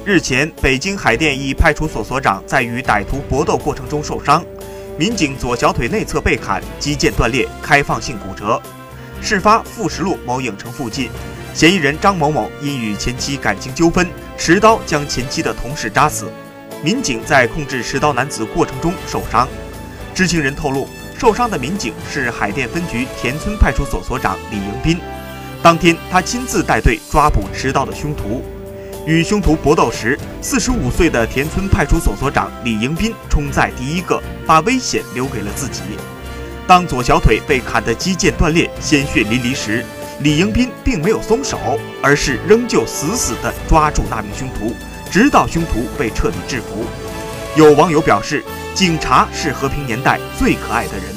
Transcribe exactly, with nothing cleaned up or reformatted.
日前，北京海淀一派出所所长在与歹徒搏斗过程中受伤，民警左小腿内侧被砍，肌腱断裂，开放性骨折。事发富实路某影城附近，嫌疑人张某某因与前妻感情纠纷，持刀将前妻的同事扎死。民警在控制持刀男子过程中受伤。知情人透露，受伤的民警是海淀分局田村派出所所长李迎斌。当天，他亲自带队抓捕持刀的凶徒。与凶徒搏斗时，四十五岁的田村派出所所长李迎斌冲在第一个，把危险留给了自己。当左小腿被砍得肌腱断裂、鲜血淋漓时，李迎斌并没有松手，而是仍旧死死地抓住那名凶徒，直到凶徒被彻底制服。有网友表示，警察是和平年代最可爱的人。